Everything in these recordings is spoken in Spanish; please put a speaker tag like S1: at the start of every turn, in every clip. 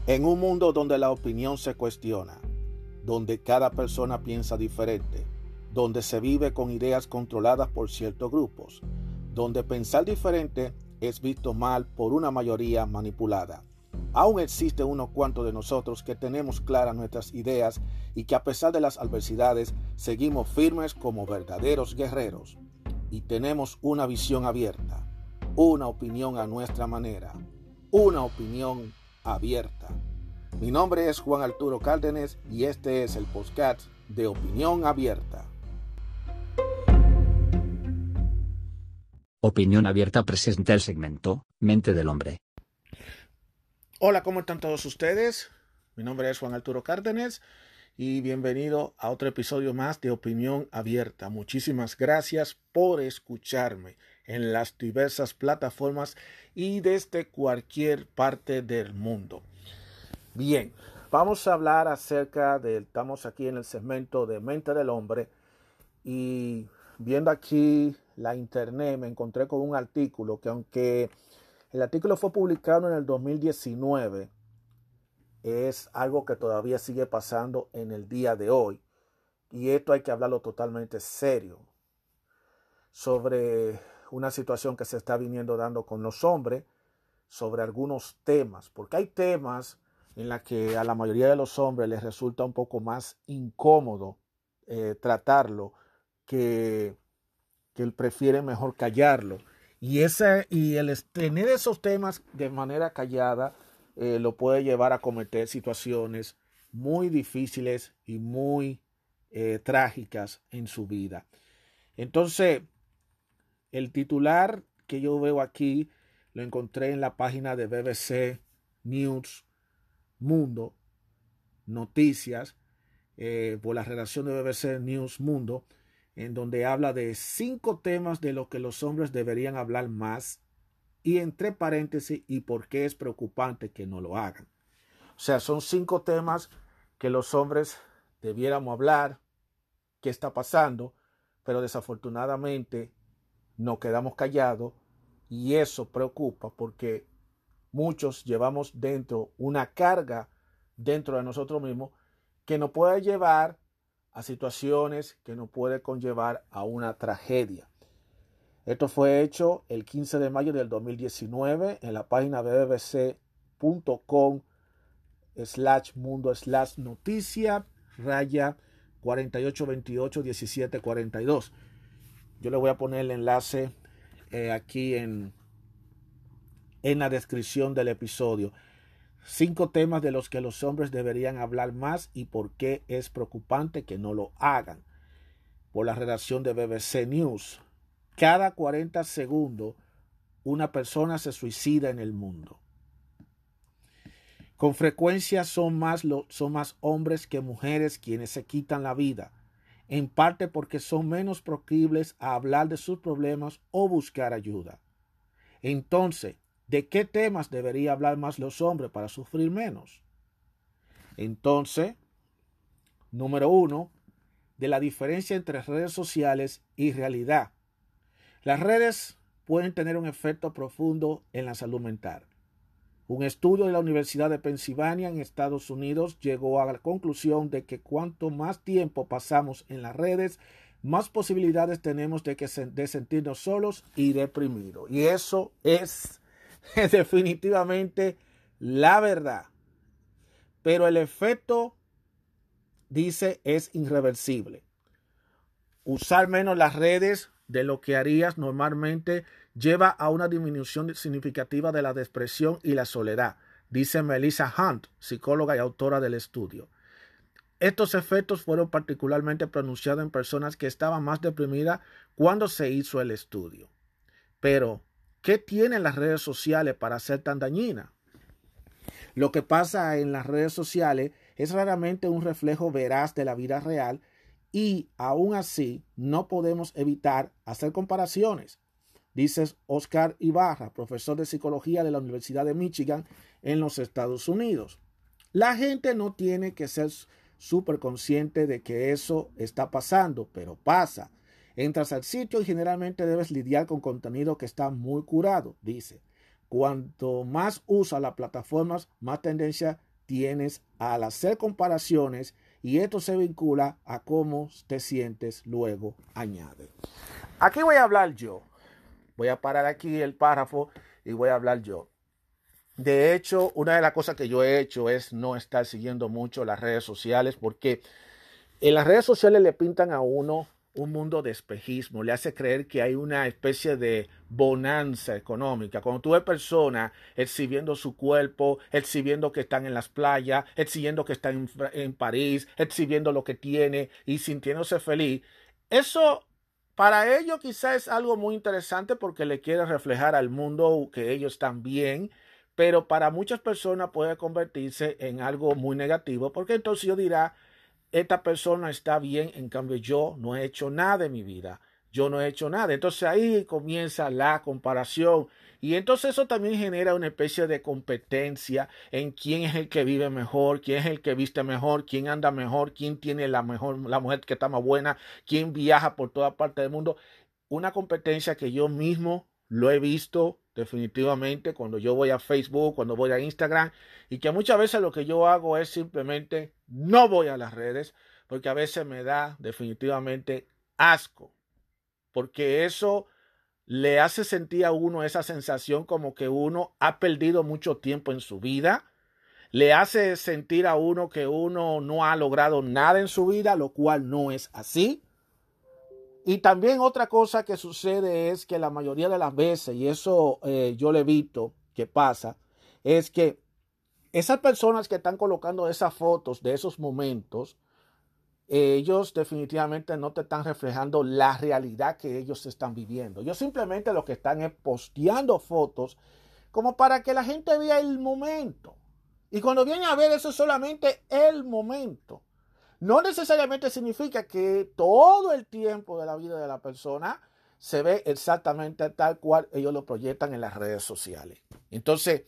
S1: En un mundo donde la opinión se cuestiona, donde cada persona piensa diferente, donde se vive con ideas controladas por ciertos grupos, donde pensar diferente es visto mal por una mayoría manipulada. Aún existen unos cuantos de nosotros que tenemos claras nuestras ideas y que a pesar de las adversidades seguimos firmes como verdaderos guerreros. Y tenemos una visión abierta, una opinión a nuestra manera, una opinión abierta. Mi nombre es Juan Arturo Cárdenas y este es el podcast de Opinión Abierta.
S2: Opinión Abierta presenta el segmento Mente del Hombre.
S1: Hola, ¿cómo están todos ustedes? Mi nombre es Juan Arturo Cárdenas y bienvenido a otro episodio más de Opinión Abierta. Muchísimas gracias por escucharme en las diversas plataformas y desde cualquier parte del mundo. Bien, vamos a hablar estamos aquí en el segmento de Mente del Hombre y viendo aquí la internet me encontré con un artículo que aunque el artículo fue publicado en el 2019, es algo que todavía sigue pasando en el día de hoy. Y esto hay que hablarlo totalmente serio sobre una situación que se está viniendo dando con los hombres, sobre algunos temas, porque hay temas en los que a la mayoría de los hombres les resulta un poco más incómodo tratarlo, que prefieren mejor callarlo. Y el tener esos temas de manera callada lo puede llevar a cometer situaciones muy difíciles y muy trágicas en su vida. Entonces, el titular que yo veo aquí lo encontré en la página de BBC News Mundo Noticias, por la redacción de BBC News Mundo, en donde habla de 5 temas de los que los hombres deberían hablar más y entre paréntesis y por qué es preocupante que no lo hagan. O sea, son 5 temas que los hombres debiéramos hablar, qué está pasando, pero desafortunadamente nos quedamos callados y eso preocupa porque muchos llevamos dentro una carga dentro de nosotros mismos que nos puede llevar a situaciones que nos puede conllevar a una tragedia. Esto fue hecho el 15 de mayo del 2019 en la página bbc.com/noticia-4828-1742. Yo le voy a poner el enlace aquí en la descripción del episodio. 5 temas de los que los hombres deberían hablar más y por qué es preocupante que no lo hagan. Por la redacción de BBC News. Cada 40 segundos una persona se suicida en el mundo. Con frecuencia son más hombres que mujeres quienes se quitan la vida, en parte porque son menos proclives a hablar de sus problemas o buscar ayuda. Entonces, ¿de qué temas debería hablar más los hombres para sufrir menos? Entonces, número 1, de la diferencia entre redes sociales y realidad. Las redes pueden tener un efecto profundo en la salud mental. Un estudio de la Universidad de Pensilvania en Estados Unidos llegó a la conclusión de que cuanto más tiempo pasamos en las redes, más posibilidades tenemos de sentirnos solos y deprimidos. Y eso es definitivamente la verdad. Pero el efecto, dice, es irreversible. Usar menos las redes de lo que harías normalmente lleva a una disminución significativa de la depresión y la soledad, dice Melissa Hunt, psicóloga y autora del estudio. Estos efectos fueron particularmente pronunciados en personas que estaban más deprimidas cuando se hizo el estudio. Pero, ¿qué tienen las redes sociales para ser tan dañinas? Lo que pasa en las redes sociales es raramente un reflejo veraz de la vida real y aún así no podemos evitar hacer comparaciones, dice Oscar Ibarra, profesor de psicología de la Universidad de Michigan en los Estados Unidos. La gente no tiene que ser súper consciente de que eso está pasando, pero pasa. Entras al sitio y generalmente debes lidiar con contenido que está muy curado, dice. Cuanto más usas las plataformas, más tendencia tienes al hacer comparaciones y esto se vincula a cómo te sientes luego, añade. Aquí voy a hablar yo. Voy a parar aquí el párrafo y voy a hablar yo. De hecho, una de las cosas que yo he hecho es no estar siguiendo mucho las redes sociales porque en las redes sociales le pintan a uno un mundo de espejismo, le hace creer que hay una especie de bonanza económica. Cuando tú ves personas exhibiendo su cuerpo, exhibiendo que están en las playas, exhibiendo que están en París, exhibiendo lo que tiene y sintiéndose feliz, eso para ellos quizás es algo muy interesante porque le quiere reflejar al mundo que ellos están bien, pero para muchas personas puede convertirse en algo muy negativo porque entonces yo dirá, esta persona está bien, en cambio yo no he hecho nada en mi vida, yo no he hecho nada. Entonces ahí comienza la comparación y entonces eso también genera una especie de competencia en quién es el que vive mejor, quién es el que viste mejor, quién anda mejor, quién tiene la mujer que está más buena, quién viaja por toda parte del mundo. Una competencia que yo mismo lo he visto definitivamente cuando yo voy a Facebook, cuando voy a Instagram, y que muchas veces lo que yo hago es simplemente no voy a las redes, porque a veces me da definitivamente asco, porque eso le hace sentir a uno esa sensación como que uno ha perdido mucho tiempo en su vida, le hace sentir a uno que uno no ha logrado nada en su vida, lo cual no es así. Y también otra cosa que sucede es que la mayoría de las veces, y eso yo lo he visto que pasa, es que esas personas que están colocando esas fotos de esos momentos, ellos definitivamente no te están reflejando la realidad que ellos están viviendo. Ellos simplemente lo que están es posteando fotos como para que la gente vea el momento. Y cuando viene a ver eso es solamente el momento. No necesariamente significa que todo el tiempo de la vida de la persona se ve exactamente tal cual ellos lo proyectan en las redes sociales. Entonces,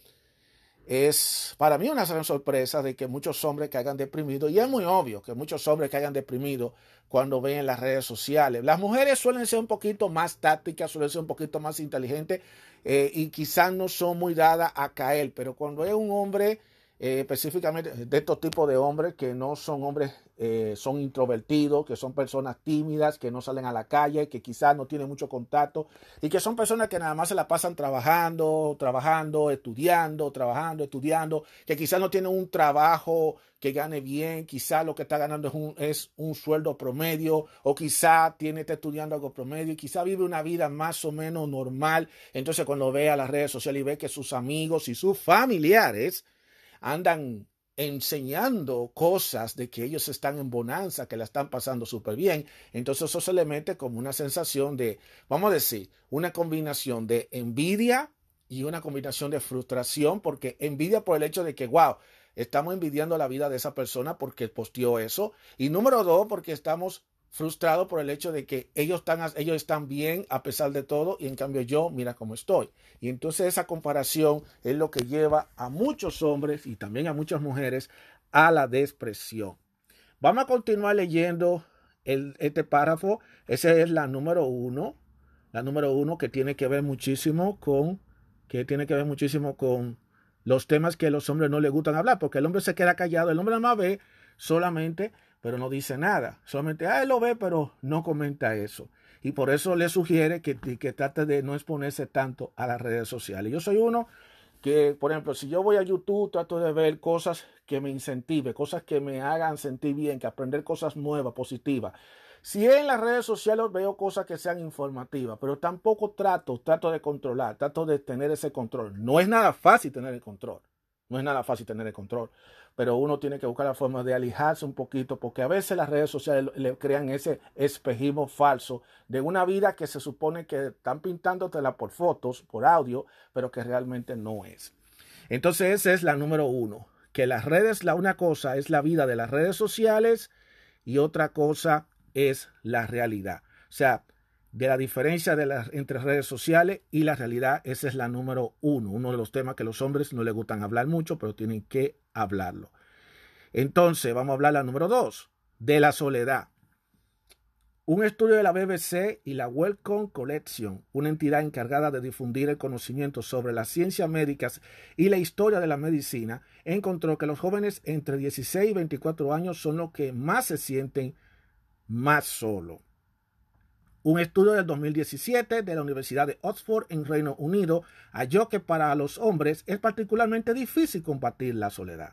S1: es para mí una gran sorpresa de que muchos hombres caigan deprimidos, y es muy obvio que muchos hombres caigan deprimidos cuando ven en las redes sociales. Las mujeres suelen ser un poquito más tácticas, suelen ser un poquito más inteligentes y quizás no son muy dadas a caer, pero cuando es un hombre, específicamente de estos tipos de hombres que no son hombres, son introvertidos, que son personas tímidas, que no salen a la calle, que quizás no tienen mucho contacto y que son personas que nada más se la pasan trabajando, estudiando, que quizás no tienen un trabajo que gane bien, quizás lo que está ganando es un sueldo promedio, o quizás está estudiando algo promedio, y quizás vive una vida más o menos normal. Entonces cuando ve a las redes sociales y ve que sus amigos y sus familiares andan enseñando cosas de que ellos están en bonanza, que la están pasando súper bien, entonces eso se le mete como una sensación de, vamos a decir, una combinación de envidia y una combinación de frustración, porque envidia por el hecho de que, wow, estamos envidiando la vida de esa persona porque posteó eso, y número dos, porque estamos frustrado por el hecho de que ellos están bien a pesar de todo y en cambio yo, mira cómo estoy. Y entonces esa comparación es lo que lleva a muchos hombres y también a muchas mujeres a la depresión. Vamos a continuar leyendo este párrafo. Esa es la número uno que tiene que ver muchísimo con los temas que a los hombres no les gustan hablar, porque el hombre se queda callado, el hombre nada más ve solamente, pero no dice nada. Solamente, él lo ve, pero no comenta eso. Y por eso le sugiere que trate de no exponerse tanto a las redes sociales. Yo soy uno que, por ejemplo, si yo voy a YouTube, trato de ver cosas que me incentiven, cosas que me hagan sentir bien, que aprender cosas nuevas, positivas. Si en las redes sociales veo cosas que sean informativas, pero tampoco trato de controlar, trato de tener ese control. No es nada fácil tener el control. No es nada fácil tener el control, pero uno tiene que buscar la forma de alejarse un poquito, porque a veces las redes sociales le crean ese espejismo falso de una vida que se supone que están pintándotela por fotos, por audio, pero que realmente no es. Entonces esa es la número uno, que las redes, una cosa es la vida de las redes sociales y otra cosa es la realidad. O sea, de la diferencia entre redes sociales y la realidad, esa es la número uno de los temas que a los hombres no les gustan hablar mucho, pero tienen que hablarlo. Entonces, vamos a hablar la número dos, de la soledad. Un estudio de la BBC y la Wellcome Collection, una entidad encargada de difundir el conocimiento sobre las ciencias médicas y la historia de la medicina, encontró que los jóvenes entre 16 y 24 años son los que más se sienten más solos. Un estudio del 2017 de la Universidad de Oxford en Reino Unido halló que para los hombres es particularmente difícil combatir la soledad.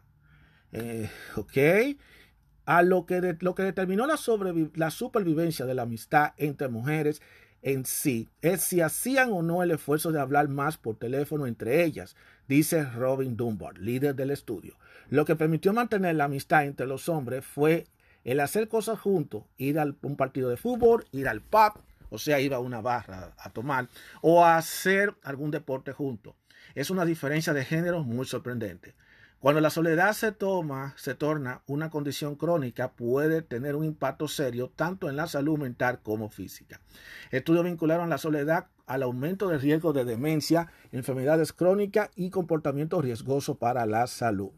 S1: Lo que determinó la supervivencia de la amistad entre mujeres en sí es si hacían o no el esfuerzo de hablar más por teléfono entre ellas, dice Robin Dunbar, líder del estudio. Lo que permitió mantener la amistad entre los hombres fue el hacer cosas juntos, ir a un partido de fútbol, ir al pub, o sea, ir a una barra a tomar, o a hacer algún deporte juntos. Es una diferencia de género muy sorprendente. Cuando la soledad se torna una condición crónica, puede tener un impacto serio tanto en la salud mental como física. Estudios vincularon la soledad al aumento del riesgo de demencia, enfermedades crónicas y comportamientos riesgosos para la salud.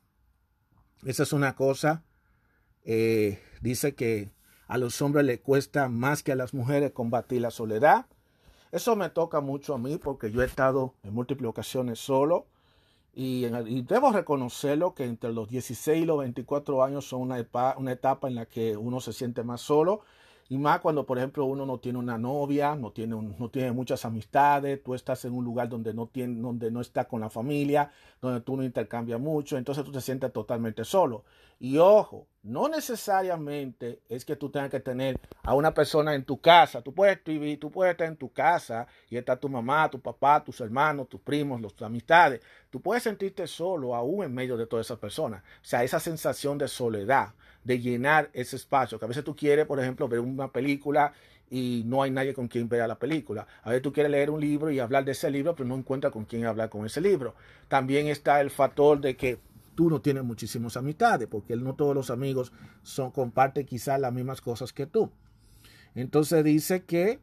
S1: Esa es una cosa, dice que a los hombres les cuesta más que a las mujeres combatir la soledad. Eso me toca mucho a mí porque yo he estado en múltiples ocasiones solo. Y debo reconocerlo que entre los 16 y los 24 años son una etapa en la que uno se siente más solo. Y más cuando, por ejemplo, uno no tiene una novia, no tiene muchas amistades, tú estás en un lugar donde no estás con la familia, donde tú no intercambias mucho, entonces tú te sientes totalmente solo. Y ojo, no necesariamente es que tú tengas que tener a una persona en tu casa. Tú puedes estar en tu casa y está tu mamá, tu papá, tus hermanos, tus primos, tus amistades. Tú puedes sentirte solo aún en medio de todas esas personas. O sea, esa sensación de soledad, de llenar ese espacio, que a veces tú quieres, por ejemplo, ver una película y no hay nadie con quien ver la película. A veces tú quieres leer un libro y hablar de ese libro, pero no encuentras con quién hablar con ese libro. También está el factor de que tú no tienes muchísimas amistades, porque no todos los amigos comparten quizás las mismas cosas que tú. Entonces dice que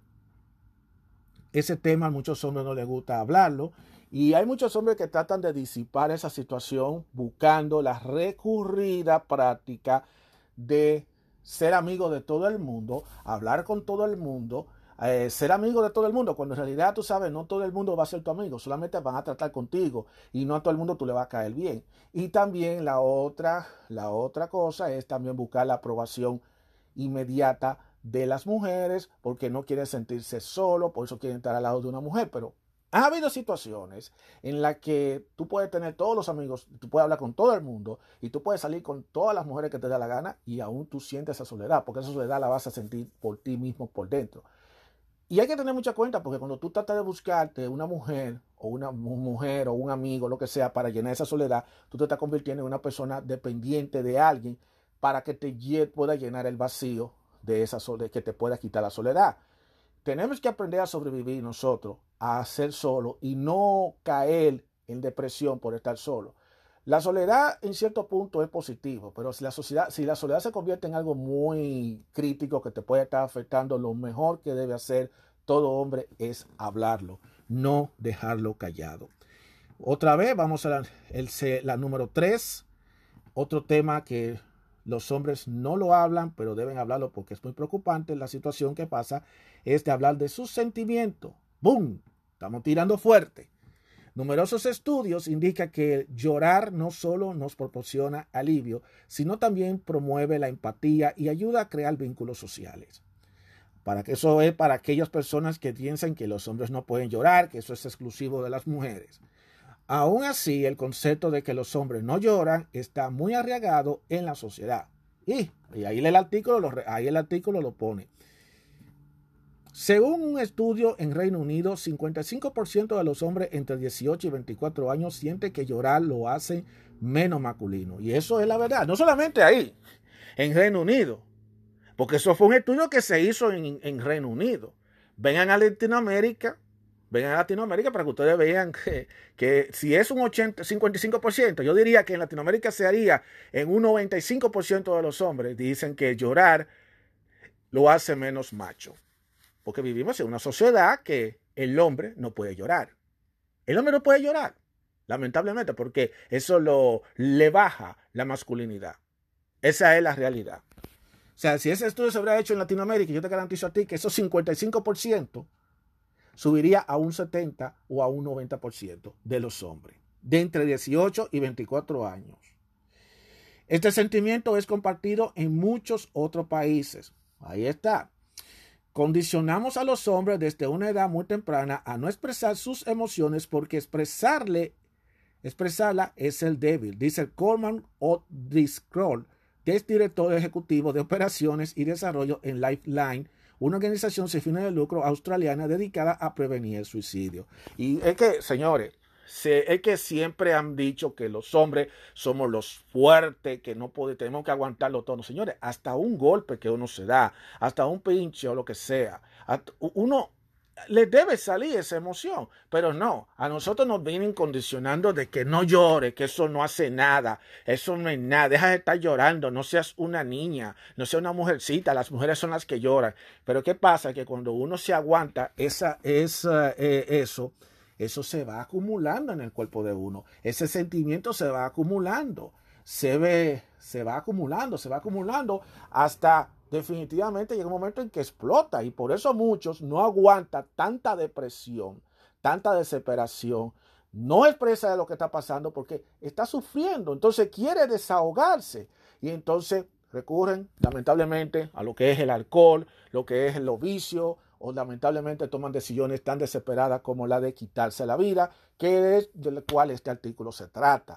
S1: ese tema a muchos hombres no les gusta hablarlo, y hay muchos hombres que tratan de disipar esa situación buscando la recurrida práctica de ser amigo de todo el mundo, hablar con todo el mundo, ser amigo de todo el mundo, cuando en realidad tú sabes, no todo el mundo va a ser tu amigo, solamente van a tratar contigo y no a todo el mundo tú le vas a caer bien. Y también la otra cosa es también buscar la aprobación inmediata de las mujeres, porque no quieren sentirse solo, por eso quieren estar al lado de una mujer. Pero ha habido situaciones en las que tú puedes tener todos los amigos, tú puedes hablar con todo el mundo y tú puedes salir con todas las mujeres que te da la gana y aún tú sientes esa soledad, porque esa soledad la vas a sentir por ti mismo por dentro. Y hay que tener mucha cuenta, porque cuando tú tratas de buscarte una mujer o un amigo, lo que sea, para llenar esa soledad, tú te estás convirtiendo en una persona dependiente de alguien para que pueda llenar el vacío de esa soledad, que te pueda quitar la soledad. Tenemos que aprender a sobrevivir nosotros, a ser solo y no caer en depresión por estar solo. La soledad en cierto punto es positivo, pero si la soledad se convierte en algo muy crítico que te puede estar afectando, lo mejor que debe hacer todo hombre es hablarlo, no dejarlo callado. Otra vez vamos a la número 3, otro tema que los hombres no lo hablan, pero deben hablarlo porque es muy preocupante la situación que pasa, es de hablar de sus sentimientos. ¡Bum! Estamos tirando fuerte. Numerosos estudios indican que llorar no solo nos proporciona alivio, sino también promueve la empatía y ayuda a crear vínculos sociales. Eso es para aquellas personas que piensan que los hombres no pueden llorar, que eso es exclusivo de las mujeres. Aún así, el concepto de que los hombres no lloran está muy arraigado en la sociedad. Y ahí el artículo lo pone. Según un estudio en Reino Unido, 55% de los hombres entre 18 y 24 años sienten que llorar lo hace menos masculino. Y eso es la verdad. No solamente ahí, en Reino Unido. Porque eso fue un estudio que se hizo en Reino Unido. Vengan a Latinoamérica para que ustedes vean que si es un 55%, yo diría que en Latinoamérica se haría en un 95% de los hombres. Dicen que llorar lo hace menos macho. Porque vivimos en una sociedad que el hombre no puede llorar. El hombre no puede llorar, lamentablemente, porque eso le baja la masculinidad. Esa es la realidad. O sea, si ese estudio se hubiera hecho en Latinoamérica, yo te garantizo a ti que esos 55% subiría a un 70 o a un 90% de los hombres de entre 18 y 24 años. Este sentimiento es compartido en muchos otros países. Ahí está. Condicionamos a los hombres desde una edad muy temprana a no expresar sus emociones porque expresarla es el débil, dice Corman O'Driscoll, que es director ejecutivo de operaciones y desarrollo en Lifeline, una organización sin fines de lucro australiana dedicada a prevenir el suicidio. Y es que, señores, es que siempre han dicho que los hombres somos los fuertes, que no tenemos que aguantarlo todo. Señores, hasta un golpe que uno se da, hasta un pinche o lo que sea, uno le debe salir esa emoción, pero no, a nosotros nos vienen condicionando de que no llore, que eso no hace nada, eso no es nada, deja de estar llorando, no seas una niña, no seas una mujercita, las mujeres son las que lloran. Pero ¿qué pasa? Que cuando uno se aguanta eso se va acumulando en el cuerpo de uno, ese sentimiento se va acumulando, se va acumulando hasta definitivamente llega un momento en que explota, y por eso muchos no aguantan tanta depresión, tanta desesperación, no expresa de lo que está pasando porque está sufriendo, entonces quiere desahogarse y entonces recurren lamentablemente a lo que es el alcohol, lo que es los vicios, o lamentablemente toman decisiones tan desesperadas como la de quitarse la vida, que es de la cual este artículo se trata.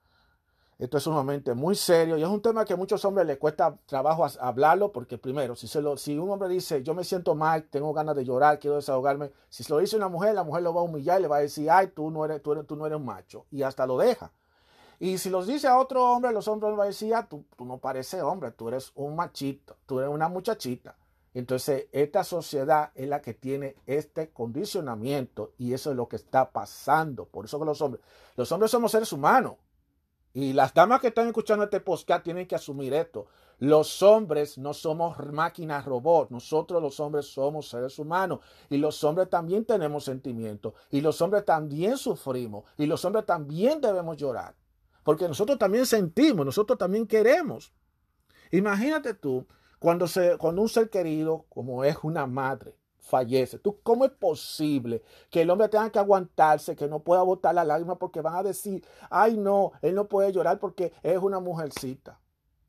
S1: Esto es sumamente muy serio y es un tema que a muchos hombres les cuesta trabajo hablarlo porque primero, si un hombre dice yo me siento mal, tengo ganas de llorar, quiero desahogarme, si se lo dice una mujer, la mujer lo va a humillar y le va a decir, ay, tú no eres un macho, y hasta lo deja. Y si los dice a otro hombre, los hombres van a decir, ah, tú no pareces hombre, tú eres un machito, tú eres una muchachita. Entonces, esta sociedad es la que tiene este condicionamiento y eso es lo que está pasando. Por eso que los hombres somos seres humanos. Y las damas que están escuchando este podcast tienen que asumir esto. Los hombres no somos máquinas robots. Nosotros los hombres somos seres humanos. Y los hombres también tenemos sentimientos. Y los hombres también sufrimos. Y los hombres también debemos llorar. Porque nosotros también sentimos, nosotros también queremos. Imagínate tú, cuando un ser querido, como es una madre, fallece. ¿Cómo es posible que el hombre tenga que aguantarse, que no pueda botar la lágrima porque van a decir, ay no, él no puede llorar porque es una mujercita?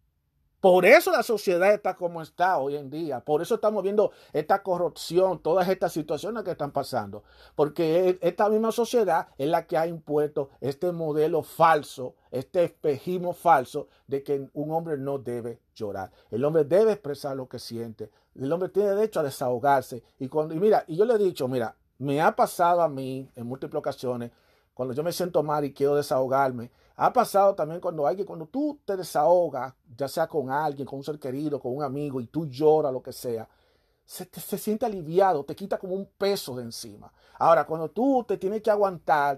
S1: Por eso la sociedad está como está hoy en día. Por eso estamos viendo esta corrupción, todas estas situaciones que están pasando. Porque esta misma sociedad es la que ha impuesto este modelo falso, este espejismo falso de que un hombre no debe llorar. El hombre debe expresar lo que siente. El hombre tiene derecho a desahogarse. Y yo le he dicho, mira, me ha pasado a mí en múltiples ocasiones, cuando yo me siento mal y quiero desahogarme. Ha pasado también cuando tú te desahogas, ya sea con alguien, con un ser querido, con un amigo, y tú lloras, lo que sea, se siente aliviado, te quita como un peso de encima. Ahora, cuando tú te tienes que aguantar,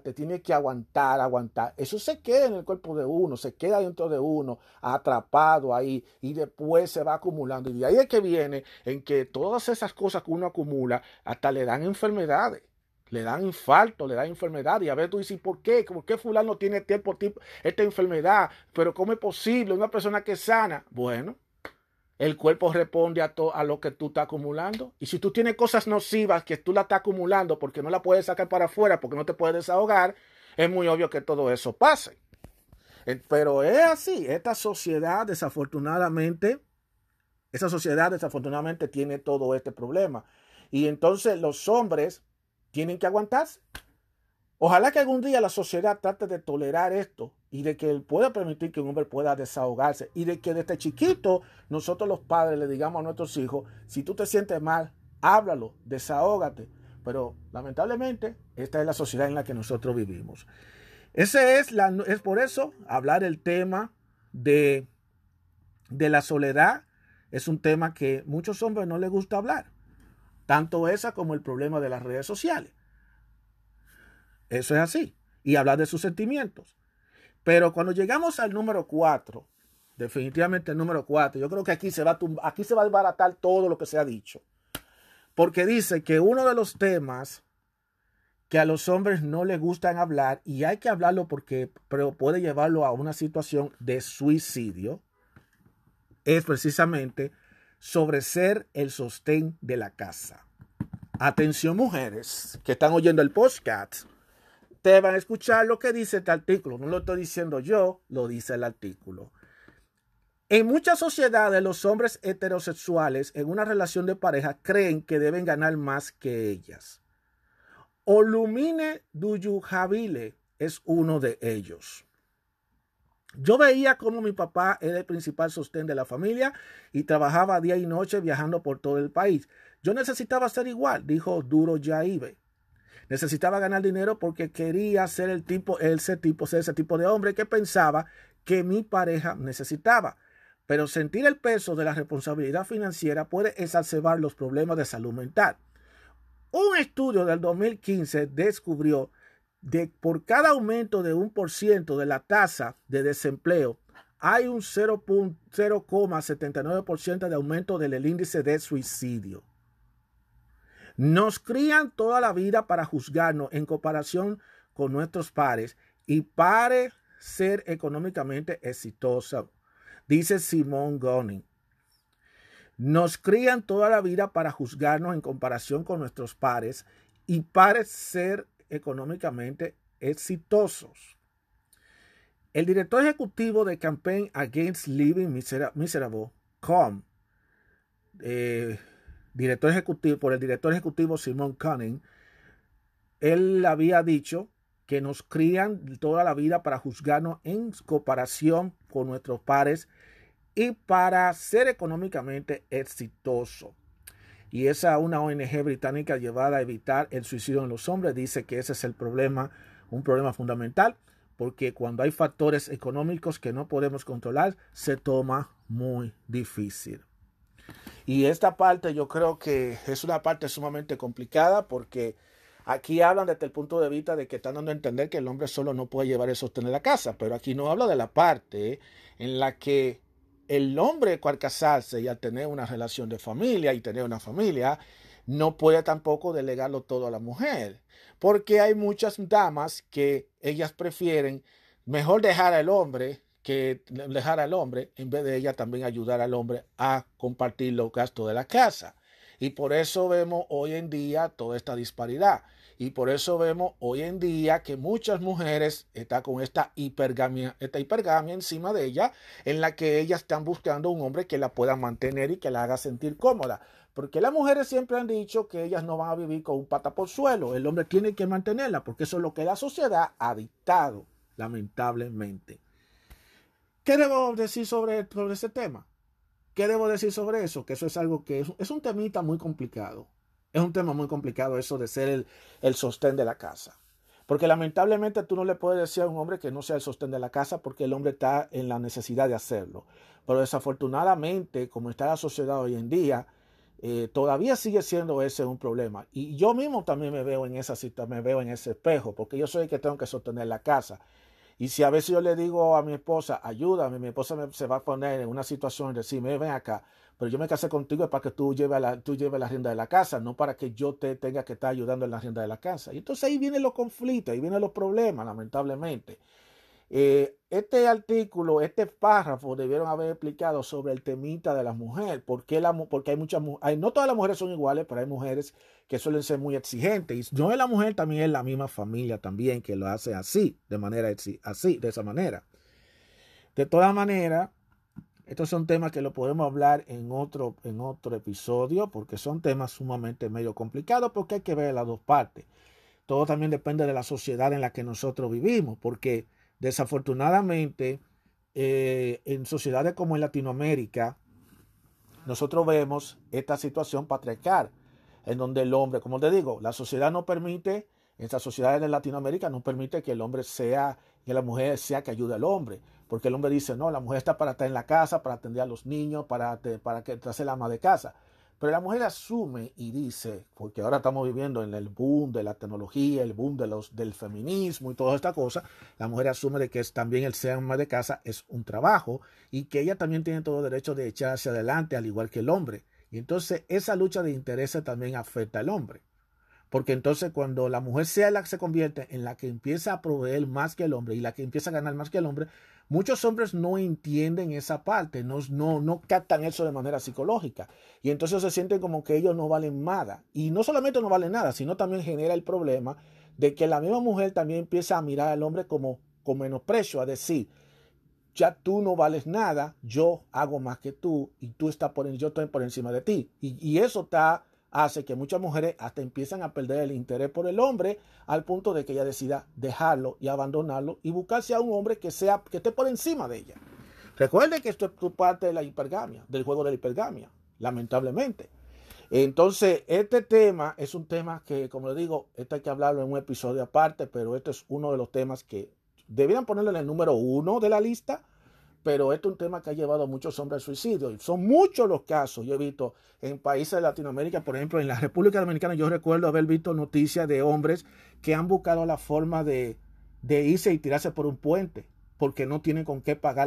S1: aguantar, eso se queda en el cuerpo de uno, se queda dentro de uno, atrapado ahí, y después se va acumulando. Y de ahí es que viene en que todas esas cosas que uno acumula, hasta le dan enfermedades. Le dan infarto, le dan enfermedad. Y a ver, tú dices, ¿por qué? ¿Por qué fulano tiene esta enfermedad? Pero ¿cómo es posible? Una persona que es sana. Bueno, el cuerpo responde a lo que tú estás acumulando. Y si tú tienes cosas nocivas que tú la estás acumulando porque no la puedes sacar para afuera, porque no te puedes desahogar, es muy obvio que todo eso pase. Pero es así. Esta sociedad desafortunadamente tiene todo este problema. Y entonces los hombres tienen que aguantarse. Ojalá que algún día la sociedad trate de tolerar esto y de que él pueda permitir que un hombre pueda desahogarse y de que desde chiquito nosotros los padres le digamos a nuestros hijos, si tú te sientes mal, háblalo, desahógate. Pero lamentablemente esta es la sociedad en la que nosotros vivimos. Es por eso hablar el tema de la soledad es un tema que muchos hombres no les gusta hablar. Tanto esa como el problema de las redes sociales. Eso es así. Y hablar de sus sentimientos. Pero cuando llegamos al número 4, definitivamente el número 4, yo creo que aquí se va a desbaratar todo lo que se ha dicho. Porque dice que uno de los temas que a los hombres no les gustan hablar, y hay que hablarlo pero puede llevarlo a una situación de suicidio, es precisamente sobre ser el sostén de la casa. Atención, mujeres que están oyendo el podcast. Te van a escuchar lo que dice este artículo. No lo estoy diciendo yo, lo dice el artículo. En muchas sociedades, los hombres heterosexuales en una relación de pareja creen que deben ganar más que ellas. Olumine Duyuhabile es uno de ellos. Yo veía cómo mi papá era el principal sostén de la familia y trabajaba día y noche viajando por todo el país. Yo necesitaba ser igual, dijo Duro Yaibe. Necesitaba ganar dinero porque quería ser ese tipo de hombre que pensaba que mi pareja necesitaba. Pero sentir el peso de la responsabilidad financiera puede exacerbar los problemas de salud mental. Un estudio del 2015 descubrió que por cada aumento de 1% de la tasa de desempleo, hay un 0,79% de aumento del índice de suicidio. Nos crían toda la vida para juzgarnos en comparación con nuestros pares y para ser económicamente exitosos, dice Simone Gunning. Nos crían toda la vida para juzgarnos en comparación con nuestros pares y para ser económicamente exitosos. El director ejecutivo de Campaign Against Living Miserable, COM, por el director ejecutivo Simon Cunning, él había dicho que nos crían toda la vida para juzgarnos en comparación con nuestros pares y para ser económicamente exitosos. Y esa una ONG británica llevada a evitar el suicidio en los hombres dice que ese es el problema, un problema fundamental, porque cuando hay factores económicos que no podemos controlar, se toma muy difícil. Y esta parte yo creo que es una parte sumamente complicada porque aquí hablan desde el punto de vista de que están dando a entender que el hombre solo no puede llevar el sostén de la casa, pero aquí no habla de la parte en la que el hombre al casarse y al tener una relación de familia y tener una familia, no puede tampoco delegarlo todo a la mujer, porque hay muchas damas que ellas prefieren mejor dejar al hombre en vez de ella también ayudar al hombre a compartir los gastos de la casa. Y por eso vemos hoy en día toda esta disparidad. Y por eso vemos hoy en día que muchas mujeres están con esta hipergamia encima de ella, en la que ellas están buscando un hombre que la pueda mantener y que la haga sentir cómoda. Porque las mujeres siempre han dicho que ellas no van a vivir con un pata por suelo. El hombre tiene que mantenerla, porque eso es lo que la sociedad ha dictado, lamentablemente. ¿Qué debo decir sobre ese tema? ¿Qué debo decir sobre eso? Que eso es algo que es un temita muy complicado. Es un tema muy complicado eso de ser el sostén de la casa. Porque lamentablemente tú no le puedes decir a un hombre que no sea el sostén de la casa porque el hombre está en la necesidad de hacerlo. Pero desafortunadamente, como está la sociedad hoy en día, todavía sigue siendo ese un problema. Y yo mismo también me veo en ese espejo, porque yo soy el que tengo que sostener la casa. Y si a veces yo le digo a mi esposa, ayúdame, mi esposa se va a poner en una situación de decirme, ven acá, pero yo me casé contigo es para que tú lleves la rienda de la casa, no para que yo te tenga que estar ayudando en la rienda de la casa. Y entonces ahí vienen los conflictos, ahí vienen los problemas, lamentablemente. Este artículo, este párrafo debieron haber explicado sobre el temita de la mujer, porque hay muchas mujeres, no todas las mujeres son iguales, pero hay mujeres que suelen ser muy exigentes, y no es la mujer, también es la misma familia también que lo hace así, de esa manera. De todas maneras, estos son temas que lo podemos hablar en otro episodio, porque son temas sumamente medio complicados, porque hay que ver las dos partes. Todo también depende de la sociedad en la que nosotros vivimos, porque desafortunadamente, en sociedades como en Latinoamérica, nosotros vemos esta situación patriarcal, en donde el hombre, como te digo, la sociedad no permite, en estas sociedades de Latinoamérica no permite que el hombre que la mujer sea que ayude al hombre, porque el hombre dice, no, la mujer está para estar en la casa, para atender a los niños, para que ser la ama de casa. Pero la mujer asume y dice, porque ahora estamos viviendo en el boom de la tecnología, el boom del feminismo y toda esta cosa, la mujer asume de que también el ser ama de casa es un trabajo y que ella también tiene todo el derecho de echar hacia adelante, al igual que el hombre. Y entonces esa lucha de intereses también afecta al hombre. Porque entonces cuando la mujer sea la que se convierte en la que empieza a proveer más que el hombre y la que empieza a ganar más que el hombre, muchos hombres no entienden esa parte, no captan eso de manera psicológica. Y entonces se sienten como que ellos no valen nada. Y no solamente no valen nada, sino también genera el problema de que la misma mujer también empieza a mirar al hombre como con menosprecio, a decir, ya tú no vales nada, yo hago más que tú y yo estoy por encima de ti. Y eso hace que muchas mujeres hasta empiezan a perder el interés por el hombre al punto de que ella decida dejarlo y abandonarlo y buscarse a un hombre que esté por encima de ella. Recuerde que esto es parte de la hipergamia, del juego de la hipergamia, lamentablemente. Entonces, este tema es un tema que, como le digo, esto hay que hablarlo en un episodio aparte, pero este es uno de los temas que debieran ponerlo en el número 1 de la lista, pero este es un tema que ha llevado a muchos hombres al suicidio. Y son muchos los casos. Yo he visto en países de Latinoamérica, por ejemplo, en la República Dominicana, yo recuerdo haber visto noticias de hombres que han buscado la forma de irse y tirarse por un puente, porque no tiene con qué pagar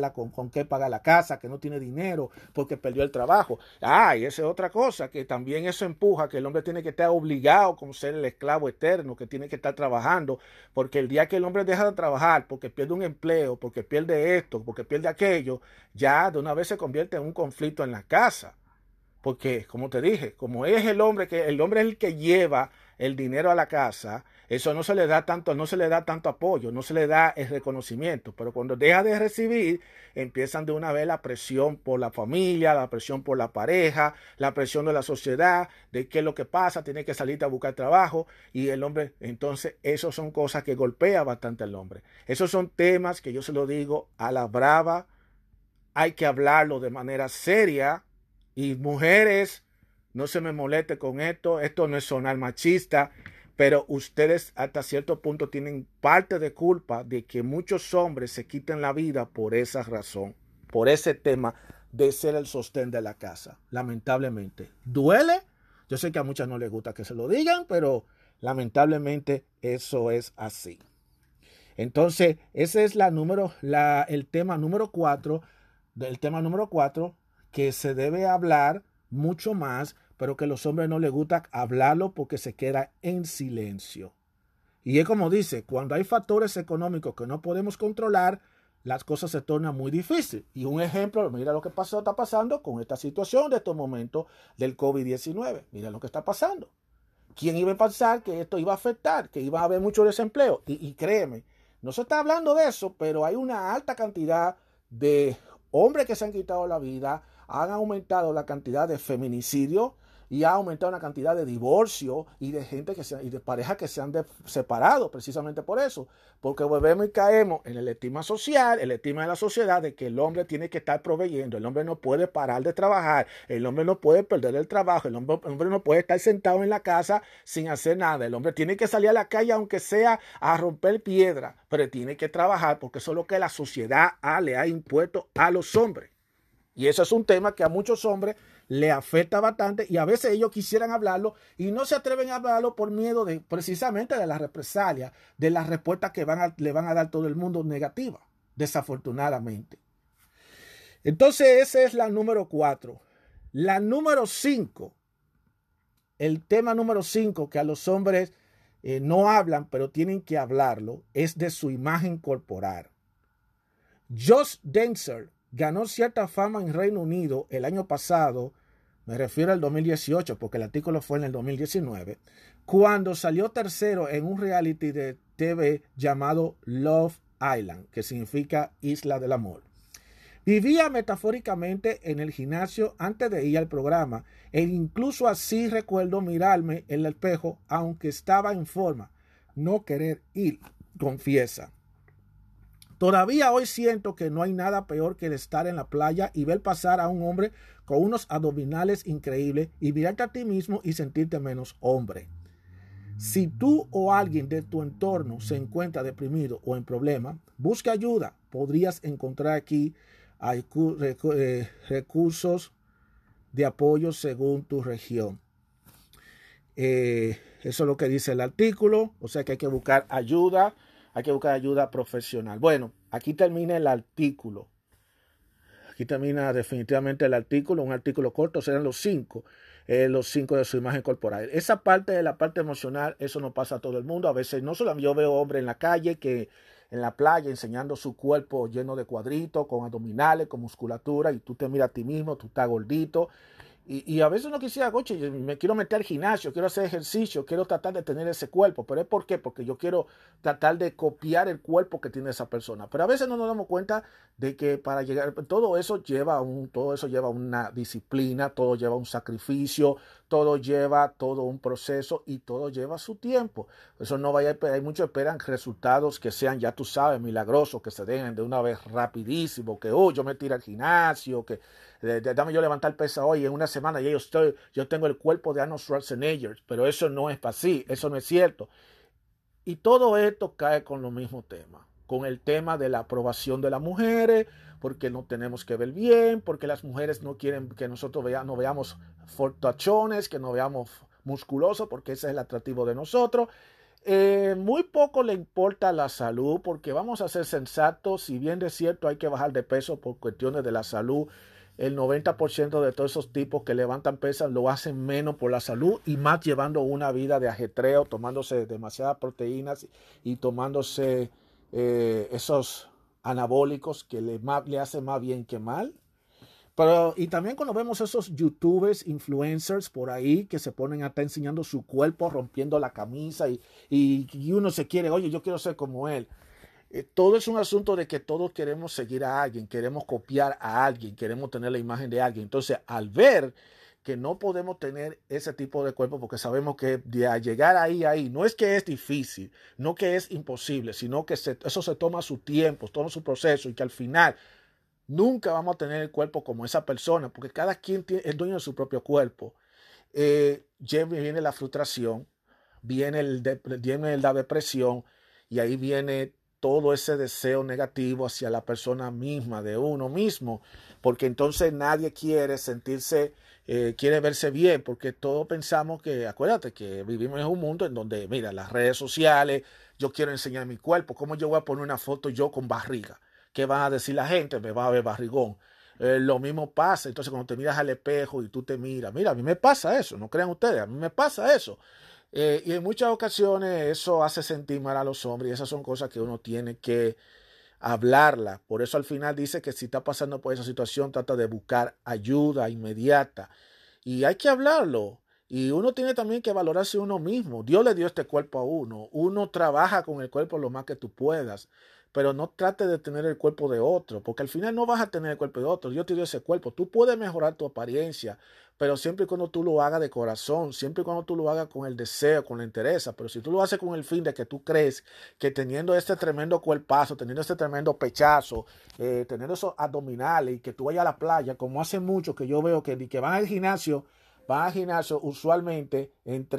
S1: la casa, que no tiene dinero, porque perdió el trabajo. Y esa es otra cosa, que también eso empuja, que el hombre tiene que estar obligado con ser el esclavo eterno, que tiene que estar trabajando, porque el día que el hombre deja de trabajar, porque pierde un empleo, porque pierde esto, porque pierde aquello, ya de una vez se convierte en un conflicto en la casa. Porque, como te dije, como es el hombre es el que lleva el dinero a la casa, eso no se le da tanto apoyo, no se le da el reconocimiento. Pero cuando deja de recibir, empiezan de una vez la presión por la familia, la presión por la pareja, la presión de la sociedad, de qué es lo que pasa, tiene que salir a buscar trabajo. Y el hombre, entonces, eso son cosas que golpean bastante al hombre. Esos son temas que yo se lo digo a la brava, hay que hablarlo de manera seria. Y mujeres, no se me moleste con esto no es sonar machista, pero ustedes hasta cierto punto tienen parte de culpa de que muchos hombres se quiten la vida por esa razón, por ese tema de ser el sostén de la casa, lamentablemente. ¿Duele? Yo sé que a muchas no les gusta que se lo digan, pero lamentablemente eso es así. Entonces, ese es el tema número 4, que se debe hablar mucho más, pero que a los hombres no les gusta hablarlo porque se queda en silencio. Y es como dice, cuando hay factores económicos que no podemos controlar, las cosas se tornan muy difíciles. Y un ejemplo, mira lo que está pasando con esta situación de estos momentos del COVID-19. Mira lo que está pasando. ¿Quién iba a pensar que esto iba a afectar, que iba a haber mucho desempleo? Y créeme, no se está hablando de eso, pero hay una alta cantidad de hombres que se han quitado la vida, han aumentado la cantidad de feminicidios y ha aumentado la cantidad de divorcios y de gente y de parejas que se han separado precisamente por eso, porque volvemos y caemos en el estigma social, el estigma de la sociedad de que el hombre tiene que estar proveyendo, el hombre no puede parar de trabajar, el hombre no puede perder el trabajo, el hombre no puede estar sentado en la casa sin hacer nada, el hombre tiene que salir a la calle aunque sea a romper piedra, pero tiene que trabajar porque eso es lo que la sociedad le ha impuesto a los hombres. Y eso es un tema que a muchos hombres le afecta bastante y a veces ellos quisieran hablarlo y no se atreven a hablarlo por miedo precisamente de la represalia, de las respuestas que le van a dar todo el mundo negativa, desafortunadamente. Entonces esa es la número 4. La número 5, el tema número 5 que a los hombres no hablan pero tienen que hablarlo, es de su imagen corporal. Josh Denser ganó cierta fama en Reino Unido el año pasado, me refiero al 2018 porque el artículo fue en el 2019, cuando salió tercero en un reality de TV llamado Love Island, que significa Isla del Amor. Vivía metafóricamente en el gimnasio antes de ir al programa, e incluso así recuerdo mirarme en el espejo, aunque estaba en forma, no querer ir, confiesa. Todavía hoy siento que no hay nada peor que el estar en la playa y ver pasar a un hombre con unos abdominales increíbles y mirarte a ti mismo y sentirte menos hombre. Si tú o alguien de tu entorno se encuentra deprimido o en problema, busca ayuda. Podrías encontrar aquí recursos de apoyo según tu región. Eso es lo que dice el artículo, o sea que hay que buscar ayuda. Hay que buscar ayuda profesional. Bueno, aquí termina el artículo. Aquí termina definitivamente el artículo. Un artículo corto, serán los 5. los 5 de su imagen corporal. Esa parte de la parte emocional, eso no pasa a todo el mundo. A veces no solo yo veo hombres en la calle que en la playa enseñando su cuerpo lleno de cuadritos, con abdominales, con musculatura, y tú te miras a ti mismo, tú estás gordito. Y a veces uno quisiera, coche, me quiero meter al gimnasio, quiero hacer ejercicio, quiero tratar de tener ese cuerpo. ¿Pero es por qué? Porque yo quiero tratar de copiar el cuerpo que tiene esa persona. Pero a veces no nos damos cuenta de que para llegar, todo eso lleva una disciplina, todo lleva un sacrificio, todo lleva todo un proceso y todo lleva su tiempo. Eso no vaya a esperar, hay muchos esperan resultados que sean, ya tú sabes, milagrosos, que se den de una vez rapidísimo, que yo me tiro al gimnasio, que dame yo levantar pesa hoy, en una semana ya yo tengo el cuerpo de Arnold Schwarzenegger, pero eso no es así, eso no es cierto. Y todo esto cae con lo mismo tema, con el tema de la aprobación de las mujeres, porque no tenemos que ver bien, porque las mujeres no quieren que nosotros no veamos fortachones, que no veamos musculosos, porque ese es el atractivo de nosotros. Muy poco le importa la salud, porque vamos a ser sensatos, si bien de cierto hay que bajar de peso por cuestiones de la salud, el 90% de todos esos tipos que levantan pesas lo hacen menos por la salud y más llevando una vida de ajetreo, tomándose demasiadas proteínas y tomándose esos anabólicos que le hacen más bien que mal. Pero, y también cuando vemos esos youtubers, influencers por ahí que se ponen a estar enseñando su cuerpo, rompiendo la camisa y uno se quiere, oye, yo quiero ser como él. Todo es un asunto de que todos queremos seguir a alguien, queremos copiar a alguien, queremos tener la imagen de alguien. Entonces, al ver que no podemos tener ese tipo de cuerpo porque sabemos que de llegar ahí, no es que es difícil, no que es imposible, sino que eso se toma su tiempo, toma su proceso y que al final nunca vamos a tener el cuerpo como esa persona, porque cada quien es dueño de su propio cuerpo. Viene la frustración, viene la depresión y ahí viene todo ese deseo negativo hacia la persona misma, de uno mismo, porque entonces nadie quiere sentirse, quiere verse bien, porque todos pensamos que, acuérdate que vivimos en un mundo en donde, mira, las redes sociales, yo quiero enseñar mi cuerpo, ¿cómo yo voy a poner una foto yo con barriga? ¿Qué van a decir la gente? Me va a ver barrigón. Lo mismo pasa, entonces cuando te miras al espejo y tú te miras, mira, a mí me pasa eso, no crean ustedes, a mí me pasa eso. Y en muchas ocasiones eso hace sentir mal a los hombres y esas son cosas que uno tiene que hablarla. Por eso al final dice que si está pasando por esa situación, trata de buscar ayuda inmediata. Y hay que hablarlo. Y uno tiene también que valorarse uno mismo. Dios le dio este cuerpo a uno. Uno trabaja con el cuerpo lo más que tú puedas. Pero no trate de tener el cuerpo de otro, porque al final no vas a tener el cuerpo de otro. Dios te dio ese cuerpo. Tú puedes mejorar tu apariencia, pero siempre y cuando tú lo hagas de corazón, siempre y cuando tú lo hagas con el deseo, con la interés. Pero si tú lo haces con el fin de que tú crees que teniendo este tremendo cuerpazo, teniendo este tremendo pechazo, teniendo esos abdominales y que tú vayas a la playa, como hace mucho que yo veo que van al gimnasio usualmente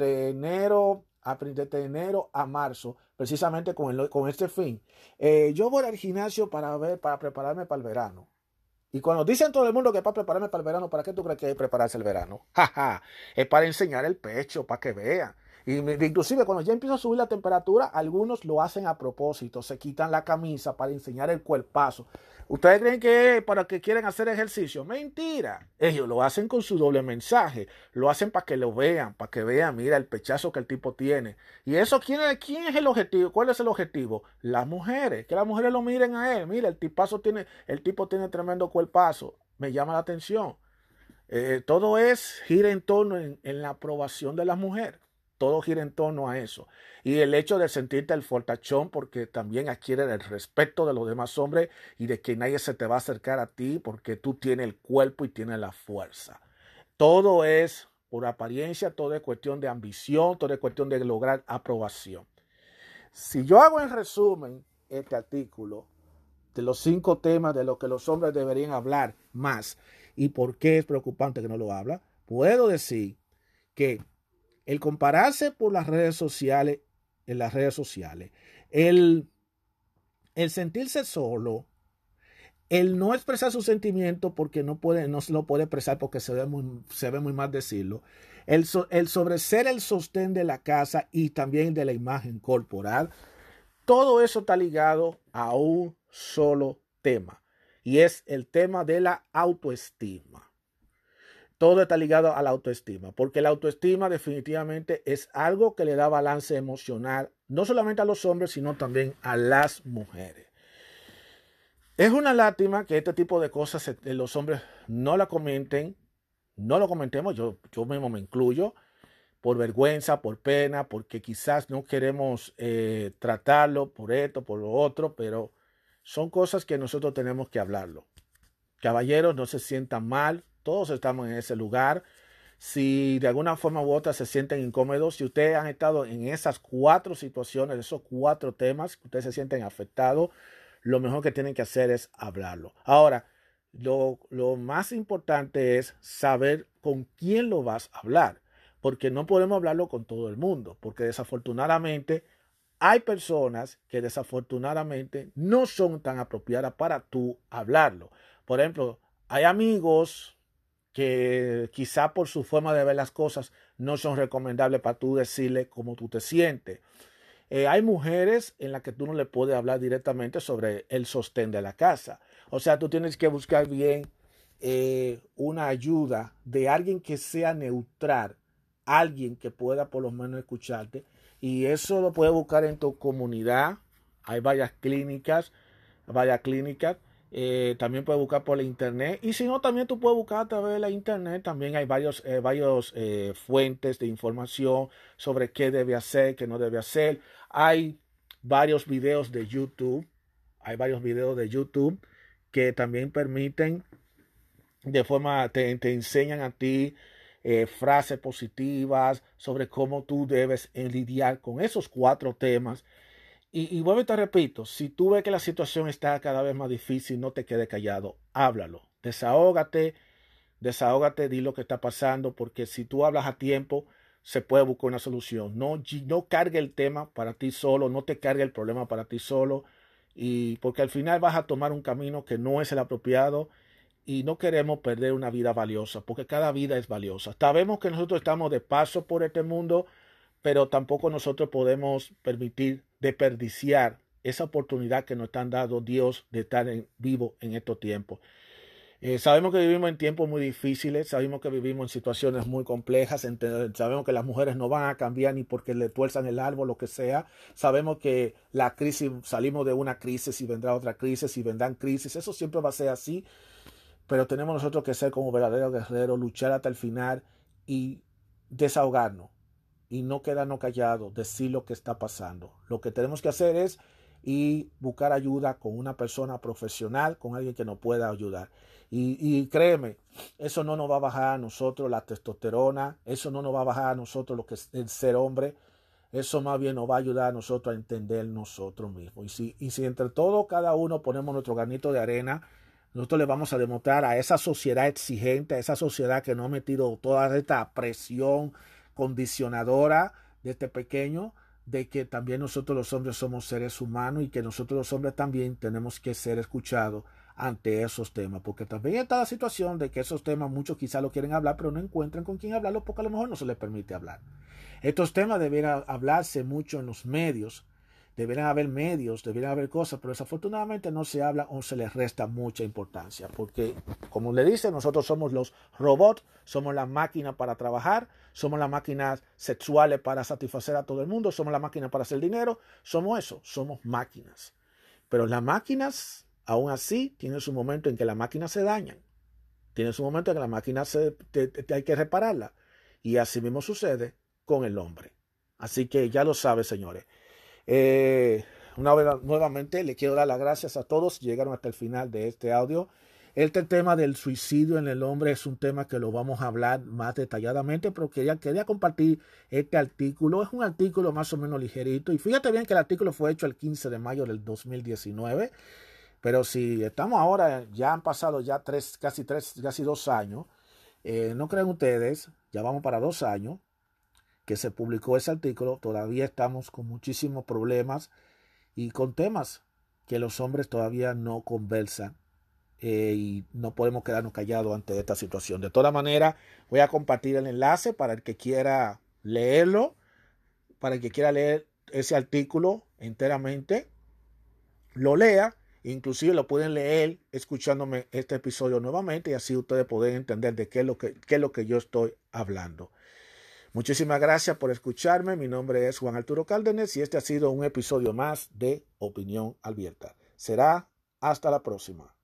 S1: desde enero a marzo, precisamente con este fin. Yo voy al gimnasio para prepararme para el verano. Y cuando dicen todo el mundo que es para prepararme para el verano, ¿para qué tú crees que es prepararse el verano? Jaja, es para enseñar el pecho, para que vean. Inclusive cuando ya empieza a subir la temperatura, algunos lo hacen a propósito, se quitan la camisa para enseñar el cuerpazo. ¿Ustedes creen que es para que quieren hacer ejercicio? Mentira. Ellos lo hacen con su doble mensaje, lo hacen para que lo vean, para que vean, mira el pechazo que el tipo tiene. ¿Y eso quién es el objetivo? ¿Cuál es el objetivo? Las mujeres, que las mujeres lo miren a él. Mira, el tipo tiene tremendo cuerpazo. Me llama la atención. Todo gira en torno en la aprobación de la mujer. Todo gira en torno a eso. Y el hecho de sentirte el fortachón porque también adquiere el respeto de los demás hombres y de que nadie se te va a acercar a ti porque tú tienes el cuerpo y tienes la fuerza. Todo es por apariencia, todo es cuestión de ambición, todo es cuestión de lograr aprobación. Si yo hago en resumen este artículo de los 5 temas de los que los hombres deberían hablar más y por qué es preocupante que no lo habla, puedo decir que el compararse por las redes sociales, en las redes sociales, el, el sentirse solo, el no expresar sus sentimientos porque no se lo puede expresar porque se ve muy mal decirlo, el sobre ser el sostén de la casa y también de la imagen corporal, todo eso está ligado a un solo tema y es el tema de la autoestima. todo está ligado a la autoestima, porque la autoestima definitivamente es algo que le da balance emocional, no solamente a los hombres, sino también a las mujeres. Es una lástima que este tipo de cosas los hombres no la comenten, no lo comentemos, yo mismo me incluyo, por vergüenza, por pena, porque quizás no queremos tratarlo por esto, por lo otro, pero son cosas que nosotros tenemos que hablarlo. Caballeros, no se sientan mal, todos estamos en ese lugar. Si de alguna forma u otra se sienten incómodos, si ustedes han estado en esas 4 situaciones, esos 4 temas, que ustedes se sienten afectados, lo mejor que tienen que hacer es hablarlo. Ahora, lo más importante es saber con quién lo vas a hablar, porque no podemos hablarlo con todo el mundo, porque desafortunadamente hay personas que desafortunadamente no son tan apropiadas para tú hablarlo. Por ejemplo, hay amigos que quizá por su forma de ver las cosas no son recomendables para tú decirle cómo tú te sientes. Hay mujeres en las que tú no le puedes hablar directamente sobre el sostén de la casa. O sea, tú tienes que buscar bien una ayuda de alguien que sea neutral, alguien que pueda por lo menos escucharte. Y eso lo puedes buscar en tu comunidad. Hay varias clínicas. También puedes buscar por la internet. Y si no, también tú puedes buscar a través de la internet. También hay varios fuentes de información sobre qué debe hacer, qué no debe hacer. Hay varios videos de YouTube. Que también permiten te enseñan a ti frases positivas sobre cómo tú debes lidiar con esos 4 temas. Y vuelvo y te repito, si tú ves que la situación está cada vez más difícil, no te quedes callado, háblalo, desahógate, di lo que está pasando, porque si tú hablas a tiempo, se puede buscar una solución. No cargue el tema para ti solo, no te cargue el problema para ti solo, y porque al final vas a tomar un camino que no es el apropiado y no queremos perder una vida valiosa, porque cada vida es valiosa. Sabemos que nosotros estamos de paso por este mundo, pero tampoco nosotros podemos permitir desperdiciar esa oportunidad que nos están dando Dios de estar vivo en estos tiempos. Sabemos que vivimos en tiempos muy difíciles, sabemos que vivimos en situaciones muy complejas, sabemos que las mujeres no van a cambiar ni porque le tuerzan el árbol, lo que sea. Sabemos que la crisis, salimos de una crisis y vendrá otra crisis y vendrán crisis, eso siempre va a ser así, pero tenemos nosotros que ser como verdaderos guerreros, luchar hasta el final y desahogarnos y no quedarnos callados, decir lo que está pasando. Lo que tenemos que hacer es ir buscar ayuda con una persona profesional, con alguien que nos pueda ayudar. Y créeme, eso no nos va a bajar a nosotros la testosterona, eso no nos va a bajar a nosotros lo que es el ser hombre, eso más bien nos va a ayudar a nosotros a entender nosotros mismos. Y si entre todos, cada uno ponemos nuestro granito de arena, nosotros le vamos a demostrar a esa sociedad exigente, a esa sociedad que nos ha metido toda esta presión condicionadora de este pequeño, de que también nosotros los hombres somos seres humanos y que nosotros los hombres también tenemos que ser escuchados ante esos temas, porque también está la situación de que esos temas muchos quizás lo quieren hablar, pero no encuentran con quién hablarlo porque a lo mejor no se les permite hablar. Estos temas deberían hablarse mucho en los medios, deberían haber cosas, pero desafortunadamente no se habla o se les resta mucha importancia, porque como le dicen, nosotros somos los robots, somos la máquina para trabajar, somos las máquinas sexuales para satisfacer a todo el mundo, somos la máquina para hacer dinero, somos eso, somos máquinas. Pero las máquinas, aún así, tienen su momento en que las máquinas se dañan, tienen su momento en que las máquinas hay que repararla, y así mismo sucede con el hombre. Así que ya lo sabe, señores. Una vez nuevamente le quiero dar las gracias a todos. Llegaron hasta el final de este audio. Este tema del suicidio en el hombre es un tema que lo vamos a hablar más detalladamente, pero quería compartir este artículo. Es un artículo más o menos ligerito. Y fíjate bien que el artículo fue hecho el 15 de mayo del 2019. Pero si estamos ahora, ya han pasado ya casi 2 años. No crean ustedes, ya vamos para 2 años que se publicó ese artículo. Todavía estamos con muchísimos problemas y con temas que los hombres todavía no conversan, y no podemos quedarnos callados ante esta situación. De todas maneras, voy a compartir el enlace para el que quiera leerlo, para el que quiera leer ese artículo enteramente, lo lea Inclusive lo pueden leer escuchándome este episodio nuevamente y así ustedes pueden entender de qué es lo que yo estoy hablando. Muchísimas gracias por escucharme. Mi nombre es Juan Arturo Cárdenas y este ha sido un episodio más de Opinión Abierta. Será hasta la próxima.